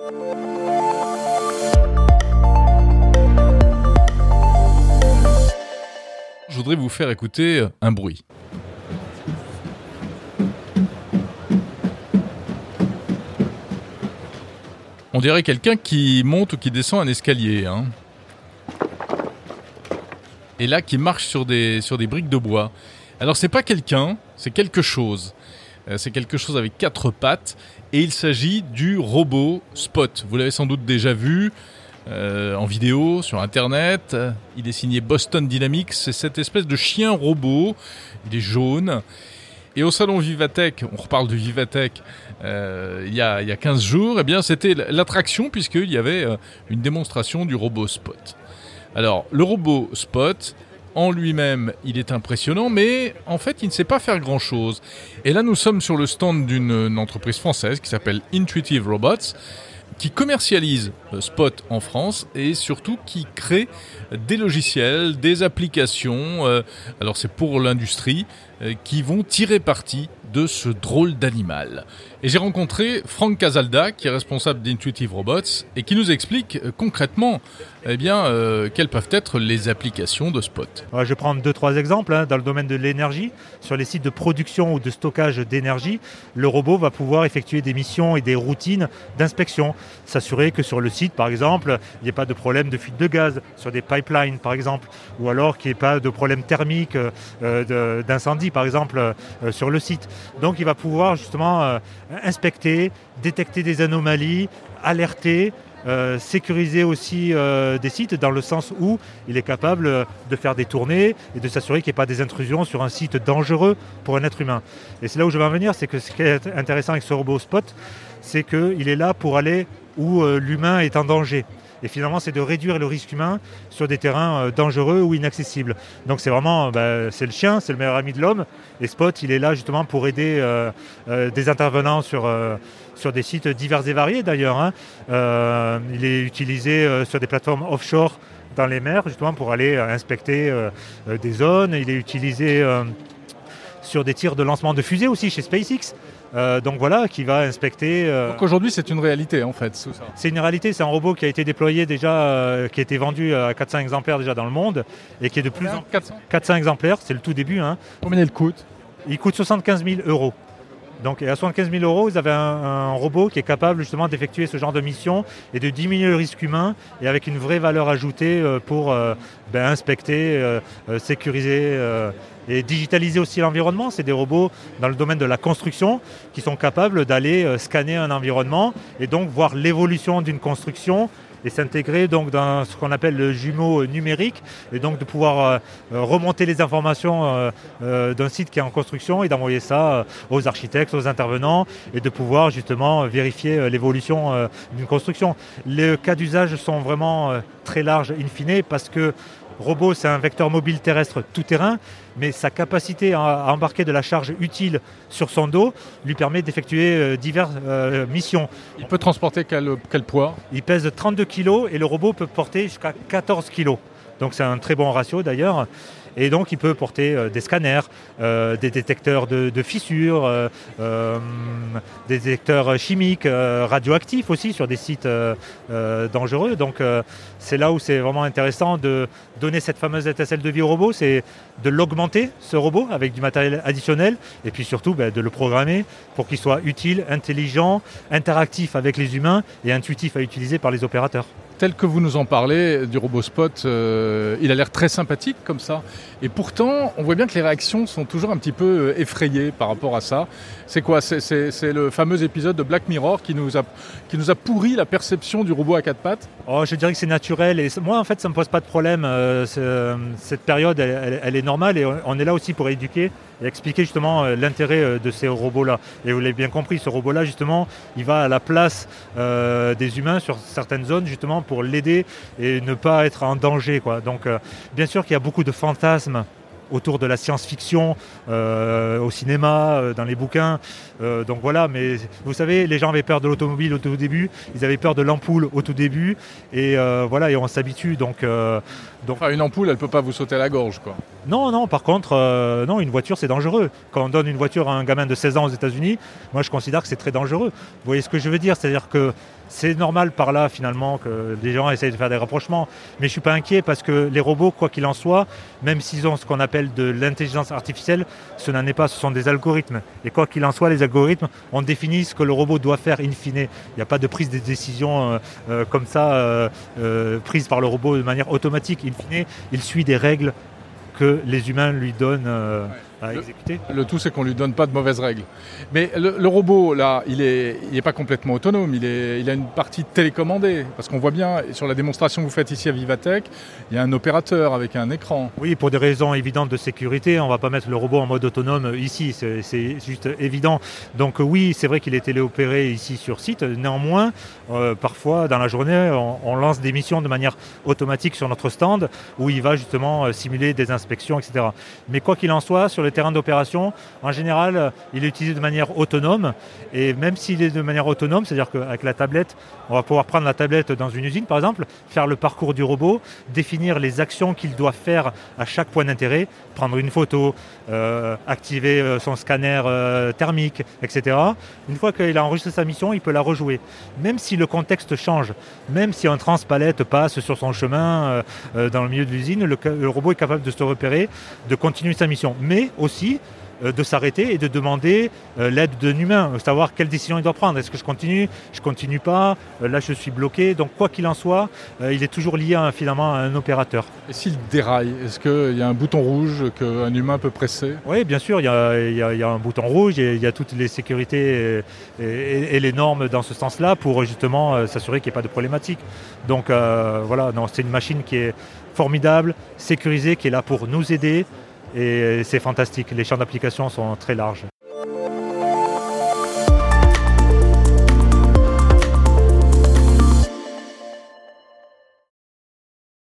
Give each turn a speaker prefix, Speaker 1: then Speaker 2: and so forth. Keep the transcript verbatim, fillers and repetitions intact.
Speaker 1: Je voudrais vous faire écouter un bruit. On dirait quelqu'un qui monte ou qui descend un escalier, hein. Et là, qui marche sur des, sur des briques de bois. Alors, c'est pas quelqu'un, c'est quelque chose. Euh, c'est quelque chose avec quatre pattes. Et il s'agit du robot Spot. Vous l'avez sans doute déjà vu euh, en vidéo, sur Internet. Il est signé Boston Dynamics. C'est cette espèce de chien robot. Il est jaune. Et au salon Vivatech, on reparle de Vivatech, euh, il, y a, il y a quinze jours, eh bien, c'était l'attraction puisqu'il y avait euh, une démonstration du robot Spot. Alors, le robot Spot, en lui-même, il est impressionnant, mais en fait, il ne sait pas faire grand-chose. Et là, nous sommes sur le stand d'une entreprise française qui s'appelle Intuitive Robots, qui commercialise Spot en France et surtout qui crée des logiciels, des applications, euh, alors c'est pour l'industrie, euh, qui vont tirer parti de ce drôle d'animal. Et j'ai rencontré Franck Casalda, qui est responsable d'Intuitive Robots, et qui nous explique euh, concrètement eh bien, euh, quelles peuvent être les applications de Spot.
Speaker 2: Je vais prendre deux, trois exemples. Hein. Dans le domaine de l'énergie, sur les sites de production ou de stockage d'énergie, le robot va pouvoir effectuer des missions et des routines d'inspection. S'assurer que sur le site, par exemple, il n'y ait pas de problème de fuite de gaz, sur des pipelines, par exemple, ou alors qu'il n'y ait pas de problème thermique euh, de, d'incendie, par exemple, euh, sur le site. Donc, il va pouvoir justement euh, inspecter, détecter des anomalies, alerter, Euh, sécuriser aussi euh, des sites dans le sens où il est capable de faire des tournées et de s'assurer qu'il n'y ait pas des intrusions sur un site dangereux pour un être humain. Et c'est là où je veux en venir, c'est que ce qui est intéressant avec ce robot Spot, c'est qu'il est là pour aller où euh, l'humain est en danger. Et finalement, c'est de réduire le risque humain sur des terrains euh, dangereux ou inaccessibles. Donc c'est vraiment, bah, c'est le chien, c'est le meilleur ami de l'homme. Et Spot, il est là justement pour aider euh, euh, des intervenants sur, euh, sur des sites divers et variés d'ailleurs. Hein. Euh, il est utilisé euh, sur des plateformes offshore dans les mers, justement pour aller euh, inspecter euh, euh, des zones. Il est utilisé euh, sur des tirs de lancement de fusées aussi chez SpaceX. Euh, donc voilà, qui va inspecter... Euh...
Speaker 1: Donc aujourd'hui, c'est une réalité en fait, tout ça.
Speaker 2: C'est une réalité, c'est un robot qui a été déployé déjà, euh, qui a été vendu à quatre cents exemplaires déjà dans le monde et qui est de plus en
Speaker 1: quatre cents
Speaker 2: quatre cents exemplaires, c'est le tout début. Hein.
Speaker 1: Combien il coûte ?
Speaker 2: Il coûte soixante-quinze mille euros. Donc et à soixante-quinze mille euros, vous avez un, un robot qui est capable justement d'effectuer ce genre de mission et de diminuer le risque humain et avec une vraie valeur ajoutée euh, pour euh, ben, inspecter, euh, euh, sécuriser euh, et digitaliser aussi l'environnement. C'est des robots dans le domaine de la construction qui sont capables d'aller euh, scanner un environnement et donc voir l'évolution d'une construction et s'intégrer donc dans ce qu'on appelle le jumeau numérique et donc de pouvoir euh, remonter les informations euh, euh, d'un site qui est en construction et d'envoyer ça euh, aux architectes, aux intervenants et de pouvoir justement vérifier euh, l'évolution euh, d'une construction. Les cas d'usage sont vraiment euh, très larges in fine parce que robot, c'est un vecteur mobile terrestre tout-terrain, mais sa capacité à embarquer de la charge utile sur son dos lui permet d'effectuer euh, diverses euh, missions.
Speaker 1: Il peut transporter quel, quel poids ?
Speaker 2: Il pèse trente-deux kilos et le robot peut porter jusqu'à quatorze kilos. Donc c'est un très bon ratio d'ailleurs. Et donc, il peut porter euh, des scanners, euh, des détecteurs de, de fissures, euh, euh, des détecteurs chimiques, euh, radioactifs aussi sur des sites euh, euh, dangereux. Donc, euh, c'est là où c'est vraiment intéressant de donner cette fameuse étincelle de vie au robot, c'est de l'augmenter, ce robot, avec du matériel additionnel, et puis surtout ben, de le programmer pour qu'il soit utile, intelligent, interactif avec les humains et intuitif à utiliser par les opérateurs.
Speaker 1: Tel que vous nous en parlez du robot Spot, euh, il a l'air très sympathique comme ça. Et pourtant, on voit bien que les réactions sont toujours un petit peu effrayées par rapport à ça. C'est quoi ? c'est, c'est, c'est le fameux épisode de Black Mirror qui nous a, qui nous a pourri la perception du robot à quatre pattes ?
Speaker 2: Oh, je dirais que c'est naturel. Et moi, en fait, ça ne me pose pas de problème. Euh, cette période, elle, elle, elle est normale et on est là aussi pour éduquer et expliquer justement euh, l'intérêt euh, de ces robots-là. Et vous l'avez bien compris, ce robot-là, justement, il va à la place euh, des humains sur certaines zones, justement, pour l'aider et ne pas être en danger, quoi. Donc, euh, bien sûr qu'il y a beaucoup de fantasmes autour de la science-fiction, euh, au cinéma, euh, dans les bouquins. Euh, donc voilà, mais vous savez, les gens avaient peur de l'automobile au tout début, ils avaient peur de l'ampoule au tout début, et euh, voilà, et on s'habitue. Donc, euh, donc...
Speaker 1: Enfin, une ampoule, elle ne peut pas vous sauter à la gorge, quoi.
Speaker 2: Non, non, par contre, euh, non, une voiture, c'est dangereux. Quand on donne une voiture à un gamin de seize ans aux États-Unis, moi, je considère que c'est très dangereux. Vous voyez ce que je veux dire ? C'est-à-dire que C'est normal par là finalement que des gens essayent de faire des rapprochements, mais je ne suis pas inquiet parce que les robots, quoi qu'il en soit, même s'ils ont ce qu'on appelle de l'intelligence artificielle, ce n'en est pas, ce sont des algorithmes. Et quoi qu'il en soit, les algorithmes ont défini ce que le robot doit faire in fine. Il n'y a pas de prise de décision euh, euh, comme ça, euh, euh, prise par le robot de manière automatique. In fine, il suit des règles que les humains lui donnent euh, à
Speaker 1: le,
Speaker 2: exécuter.
Speaker 1: Le tout, c'est qu'on ne lui donne pas de mauvaises règles. Mais le, le robot, là, il n'est il est pas complètement autonome. Il, est, il a une partie télécommandée. Parce qu'on voit bien, sur la démonstration que vous faites ici à Vivatech, il y a un opérateur avec un écran.
Speaker 2: Oui, pour des raisons évidentes de sécurité, on ne va pas mettre le robot en mode autonome ici. C'est, c'est juste évident. Donc oui, c'est vrai qu'il est téléopéré ici sur site. Néanmoins, euh, parfois, dans la journée, on, on lance des missions de manière automatique sur notre stand où il va justement simuler des inspections, et cetera. Mais quoi qu'il en soit, sur le terrain d'opération, en général, il est utilisé de manière autonome. Et même s'il est de manière autonome, c'est-à-dire qu'avec la tablette, on va pouvoir prendre la tablette dans une usine, par exemple, faire le parcours du robot, définir les actions qu'il doit faire à chaque point d'intérêt, prendre une photo, euh, activer son scanner euh, thermique, et cetera. Une fois qu'il a enregistré sa mission, il peut la rejouer. Même si le contexte change, même si un transpalette passe sur son chemin euh, dans le milieu de l'usine, le, le robot est capable de se repérer, de continuer sa mission. Mais aussi euh, de s'arrêter et de demander euh, l'aide d'un humain, savoir quelle décision il doit prendre. Est-ce que je continue ? Je ne continue pas. Euh, là, je suis bloqué. Donc, quoi qu'il en soit, euh, il est toujours lié à, finalement à un opérateur.
Speaker 1: Et s'il déraille, est-ce qu'il y a un bouton rouge qu'un humain peut presser ?
Speaker 2: Oui, bien sûr, il y a, il y a, il y a un bouton rouge, il y a, il y a toutes les sécurités et, et, et les normes dans ce sens-là pour justement euh, s'assurer qu'il n'y ait pas de problématique. Donc, euh, voilà, non, c'est une machine qui est formidable, sécurisée, qui est là pour nous aider. Et c'est fantastique, les champs d'application sont très larges.